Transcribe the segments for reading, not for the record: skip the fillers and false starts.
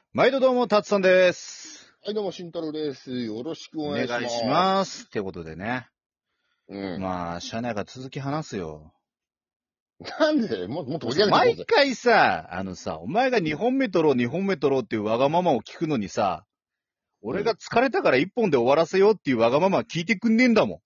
毎度どうも、たつさんです。 はい、どうも、慎太郎です。よろしくおお願いします。 願いします。ってことでね。 うん。 まあ、社内が続き話すよ。 なんでもう取り上げていこうぜ。 毎回さ、お前が2本目取ろう、2本目取ろうっていうわがままを聞くのにさ、俺が疲れたから1本で終わらせようっていうわがままは聞いてくんねえんだも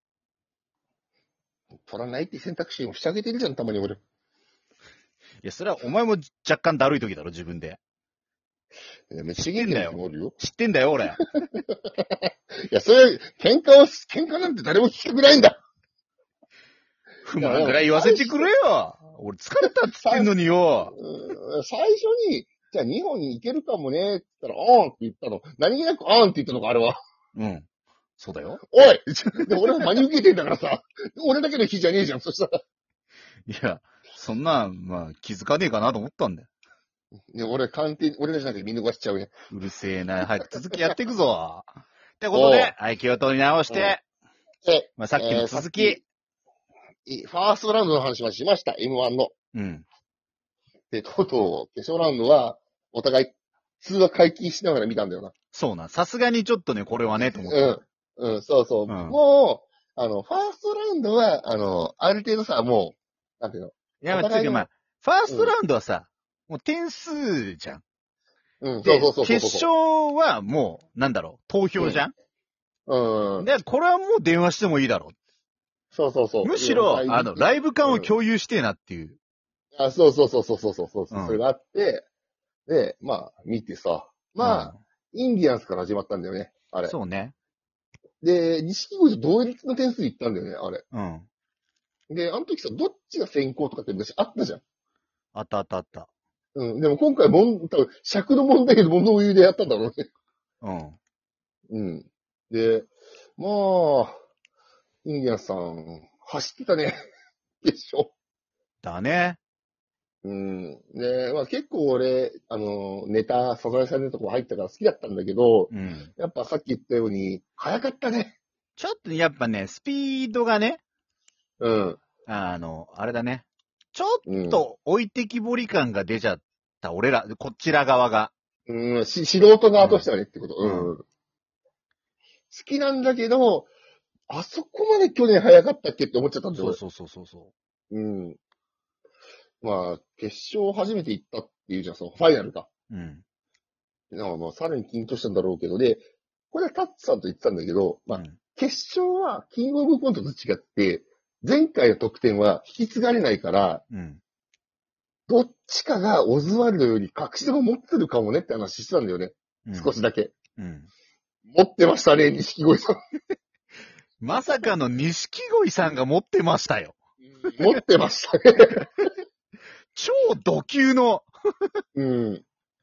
取らないって選択肢をしてあげてるじゃん、たまに俺。 ん。いや、それはお前も若干だるい時だろ、自分で。 めっちゃ元気知ってんだよ。 な時もあるよ。 知ってんだよ、俺。 いや、それ、喧嘩なんて誰も聞きたくないんだ。 不満ぐらい言わせてくれよ。俺疲れたっつってんのによ。 最初に、じゃあ2本に行けるかもね、って言ったら、あーんって言ったの。何気なくあーんって言ったのか、あれは。 うん。そうだよ。 おいで俺は真に受けてんだからさ。俺だけの日じゃねえじゃん、そしたら。 いや、そんな、まあ、気づかねえかなと思ったんだよ。 ね、俺らじゃなくて見逃しちゃうね。 うるせえな。早く続きやっていくぞ。ってことで、はい、気を取り直して、まあ、さっきの続き。 ファーストラウンドの話はしました、M1 の。 うん。 で、とうとう、決勝ラウンドは、お互い、通話解禁しながら見たんだよな。 そうな。さすがにちょっとね、これはね、と思った。 そうそう。 うん。 もう、ファーストラウンドは、ある程度さ、もう、なんていうの、 いや、まあ、つうかまお互いの、 あ、ファーストラウンドはさ、もう点数じゃん。 そうで、 そうそうそう決勝はもう、なんだろう、投票じゃん。で、これはもう電話してもいいだろそうそうそう。 むしろ、ライブ感を共有してえなっていう。 そうそうそうそうそうそう、 うんそれがあって、で、まあ、見てさ、まあ、インディアンスから始まったんだよね、あれ。 そうね。 で、錦鯉と同率の点数いったんだよね、あれ。 うん。 で、あの時さ、どっちが先行とかって昔あったじゃん。 あったあったあった。 でも今回多分、尺の問題で物を言うでやったんだろうね。 うん。 うん。で、まあ、インディアンスさん、走ってたね、決勝。 だね。 で、まあ結構俺、ネタ、サザエさんのとこ入ったから好きだったんだけど、 うん。 やっぱさっき言ったように、早かったね。 ちょっとやっぱね、スピードがね、 うん。 あれだね。ちょっうん。 と置いてきぼり感が出ちゃった、俺ら、こちら側が。 素人側としてはねってこと。 うん好きなんだけど、あそこまで去年早かったっけって思っちゃったんだよ、俺。 そうそうそうそうそうん。まあ、決勝初めて行ったっていうじゃん、そのファイナルか。 う。うん。 なんかまあ、さらに緊張したんだろうけど、で、これはタッツさんと言ってたんだけど、まあ、 うん。 決勝はキングオブコントと違って、前回の得点は引き継がれないから、 うん。 どっちかがオズワルドより隠し玉持ってるかもねって話してたんだよね。 うん。 少しだけ。 うん。 持ってましたね、錦鯉さん。 まさかの錦鯉さんが持ってましたよ。 持ってましたね。 超ド級の。 うん。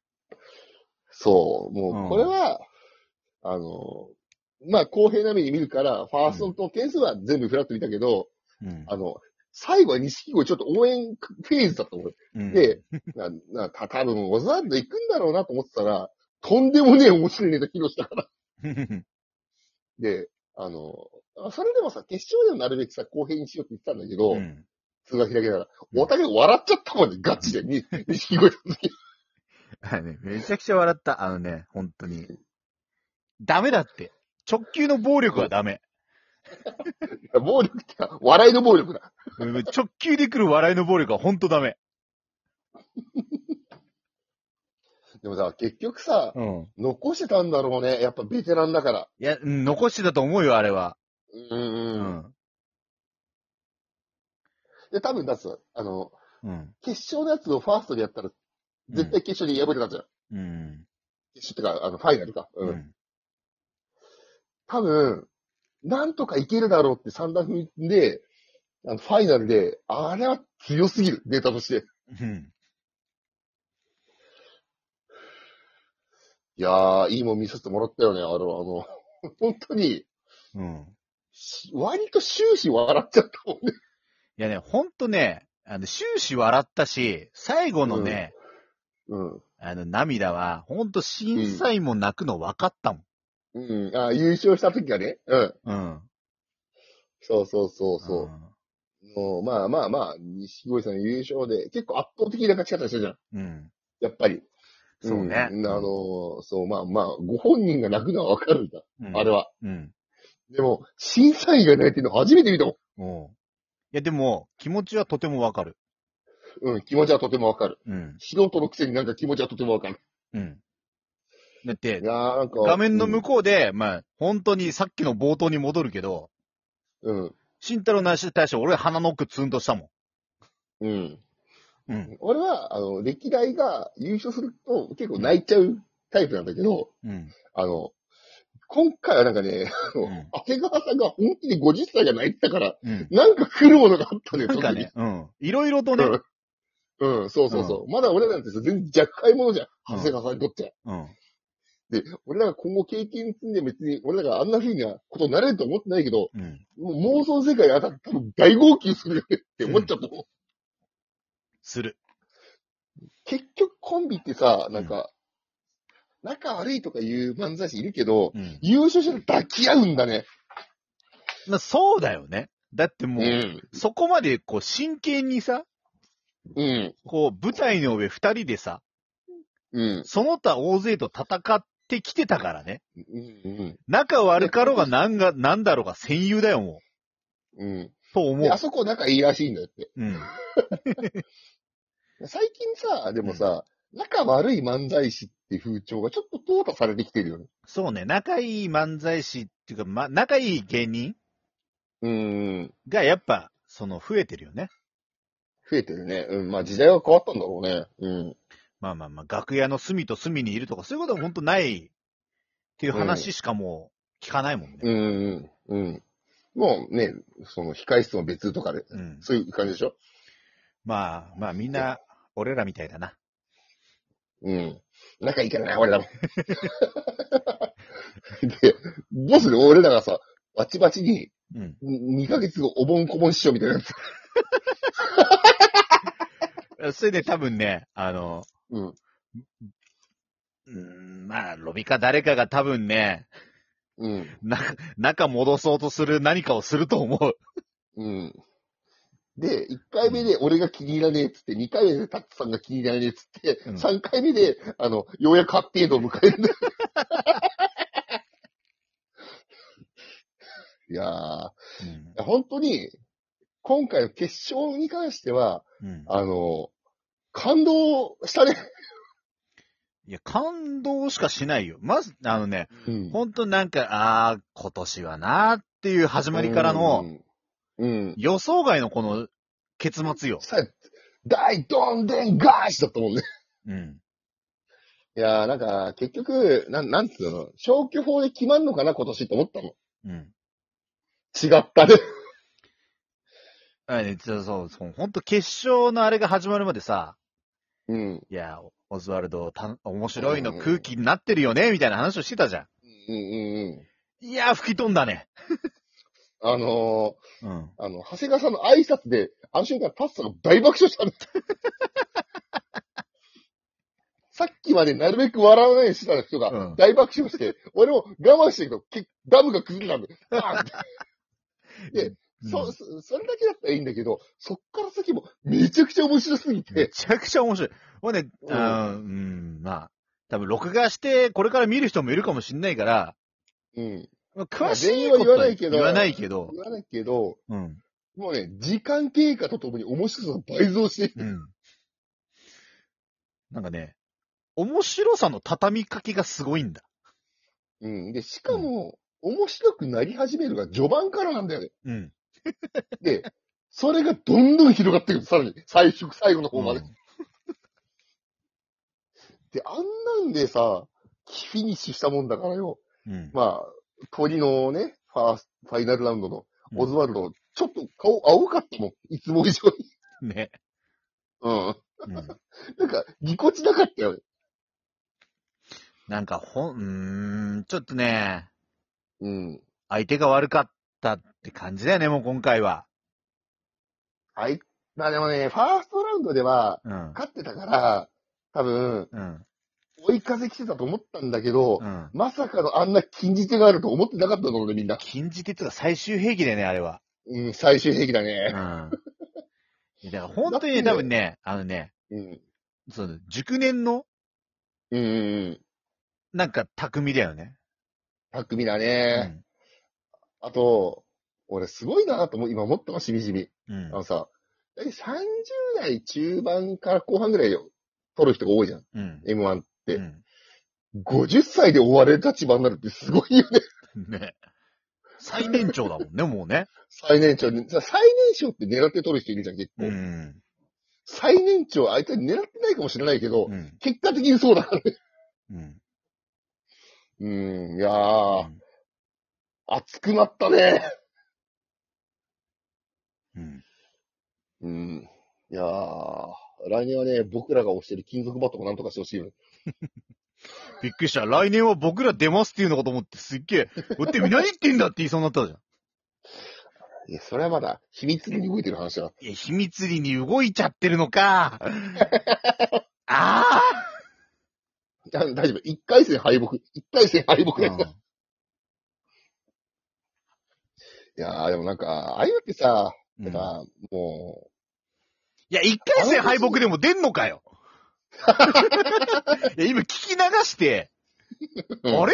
そう。もう、これうん。 は、まあ、公平な目に見るから、ファーストと点数は全部フラット見たけど、 うん。 最後は錦鯉ちょっと応援フェーズだと思う。 うん。 で、多分、オズワルド行くんだろうなと思ってたら、とんでもねえ面白いネタ披露したから。で、それでもさ、決勝でもなるべくさ、公平にしようって言ってたんだけど、 うん。 通話開けながら、 うんお互い笑っちゃったもんね、ガチで、錦鯉の時。 めちゃくちゃ笑った。本当に。ダメだって。直球の暴力はダメ。 暴力ってか、笑いの暴力だ。 直球で来る笑いの暴力は本当ダメ。 でもさ、結局さ、 うん。 残してたんだろうね。やっぱベテランだから。 いや、残してたと思うよ、あれは。 うんううん。 ん。 で、多分だつ、 うん。 決勝のやつをファーストでやったら、絶対決勝で敗れたじゃん。 うん。 決勝ってか、ファイナルか。 うん。 多分、なんとかいけるだろうって三段踏みで、ファイナルで、あれは強すぎる、データとして。 うん。 いやー、いいもん見させてもらったよね、本当に、 うん。 割と終始笑っちゃったもんね。 いやね、ほんとね、終始笑ったし、最後のね、 うん。 涙は、ほんと審査員も泣くの分かったもん。 うん。優勝した時はね。うん。 うん。 そうそうそううそん。 う。もう、まあまあまあ、錦鯉さん優勝で、結構圧倒的な勝ち方したじゃん。 うん。 やっぱり。 そうね。 まあ、ご本人が泣くのはわかるんだ。あれは。 うん。 でも、審査員が泣いてるの初めて見たもいや、でも、気持ちはとてもわかる。 ん。うん、気持ちはとてもわかる。 うん。 素人のくせになんか気持ちはとてもわかる。 うん。だってい、やーなんか。 画面の向こうで、まあ、本当にさっきの冒頭に戻るけど、 うん。 慎太郎の話に対して俺鼻の奥ツンとしたもうん。 ん。うん。 俺は、歴代が優勝すると結構泣いちゃうタイプなんだけど、 うん。 今回はなんかね、 ん長谷川さんが本気で50歳が泣いてたから、 うん。 なんか来るものがあったね、 なんかね、いろいろとね、 うん。うん、そうそうそう。まだ俺なんてさ、全然弱敗者じゃん。長谷川さんにとって。 うん。 で、俺らが今後経験積んで別に、俺らがあんな風なことになれると思ってないけど、 うん。 もう妄想世界に当たって多分大号泣するよねって思っちゃったもん。 する。 結局コンビってさ、なんか、仲悪いとかいう漫才師いるけど、 うん。 優勝したら抱き合うんだね。 まあ、そうだよね。だってもう、 ん。 そこまでこう真剣にさ、 うん。 こう舞台の上二人でさ、 うん。 その他大勢と戦ってきてたからね。 うん。 仲悪かろうがなんだろうが戦友だよ、もうん。 う。と思で、 うあ。そこ仲いいらしいんだよって。 うん。 最近さ、でもさ、仲悪い漫才師って風潮がちょっと淘汰されてきてるよね。 そうね、仲いい漫才師っていうか、仲いい芸人がやっぱ、増えてるよね。 増えてるね。うん。まあ時代は変わったんだろうね。うん。 まあ、楽屋の隅と隅にいるとか、そういうことは本当ないっていう話しかもう聞かないもんね。 もうね、控室も別とかで、そういう感じでしょ。 まあ、みんな、俺らみたいだな。 うん。仲いいからな、俺らも。で、どうする俺らがさ、バチバチに、2ヶ月後お盆こぼん師匠みたいなやつ。それで多分ね、まあ、ロビか誰かが多分ね、仲戻そうとする何かをすると思う。 で、1回目で俺が気に入らねえっつって、2回目でタッツさんが気に入らねえっつって、3回目で、ようやくハッピーエンドを迎えるんだよ。いやー、本当に、今回の決勝に関しては、感動したね。 いや、感動しかしないよ。まず、本当なんか、今年はなーっていう始まりからの、予想外のこの結末よ。 大どんでん返しだったもんね。いやー、なんか、結局、なんつうの、消去法で決まんのかな、今年って思ったの。違ったね。 そう、本当決勝のあれが始まるまでさ、 いや、オズワルド、面白いの空気になってるよね、みたいな話をしてたじゃん。いや、吹き飛んだね。 長谷川さんの挨拶で、あの瞬間、タッサが大爆笑したんだ。さっきまでなるべく笑わないようにしてた人が大爆笑して、俺も我慢してるけど、ダムが崩れたんだよ。バーンって。で、それだけだったらいいんだけど、そっから先もめちゃくちゃ面白すぎて。 めちゃくちゃ面白い。もうね、まあ、多分録画してこれから見る人もいるかもしんないから、詳しいことは言わないけど、もうね、時間経過とともに面白さが倍増してる。なんかね、面白さの畳みかけがすごいんだ。 で、しかも、面白くなり始めるが序盤からなんだよね。で、それがどんどん広がっていくさらに、最後の方まで。で、あんなんでさ、フィニッシュしたもんだからよ。まあ、鳥のね、ファイナルラウンドのオズワルド、ちょっと顔青かったもん。いつも以上に。 ね。 なんか、ぎこちなかったよね。 なんか、ちょっとね、相手が悪かったって感じだよね、もう今回は。 まあでもね、ファーストラウンドでは、勝ってたから、多分、追い風来てたと思ったんだけど、まさかのあんな禁じ手があると思ってなかったのね、みんな。 禁じ手っていうか最終兵器だよね、あれは。 最終兵器だね。 だから本当にね、多分ね、その、熟年のうん。 なんか、巧みだよね。 巧みだね。あと、俺すごいなと今思ったわ、しみじみ。さ、30代中盤から後半ぐらいよ、取る人が多いじゃん。M1 って。50歳で終われる立場になるってすごいよね。 ね。最年長だもんね、もうね。 最年長って狙って取る人いるじゃん、結構。最年長、あいつは狙ってないかもしれないけど、結果的にそうだからね。いやー、熱くなったね。いやー、来年はね、僕らが推してる金属バットもなんとかしてほしいよ。 びっくりした。来年は僕ら出ますっていうのかと思って、すっげえ、って何言ってんだって言いそうになったじゃん。 いや、それはまだ秘密裏に動いてる話だ。 いや、秘密裏に動いちゃってるのか。ああ大丈夫。一回戦敗北だよ。いやー、でもなんか、ああいうのってさ、なんか、もう。 いや、一回戦敗北でも出んのかよ。いや、今聞き流して、あれ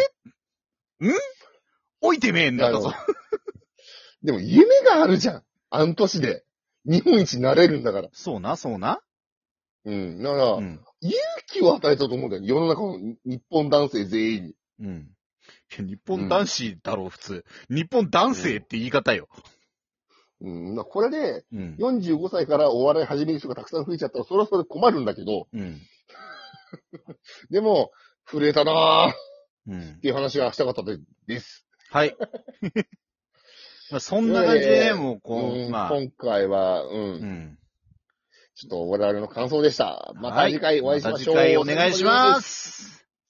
おいてめえんだぞ。 でも夢があるじゃん。あの年で。日本一になれるんだから。 そうな。だから、 勇気を与えたと思うんだよ。世の中の日本男性全員に。 日本男子だろう、普通。日本男性って言い方よ。 これで、45歳からお笑い始める人がたくさん増えちゃったら、それはそれで困るんだけど、でも、震えたなーっていう話がしたかったです。 はい。まあそんな感じでね、もうまあ。今回は、ちょっと我々の感想でした。また次回お会いしましょう。 また次回お願いします。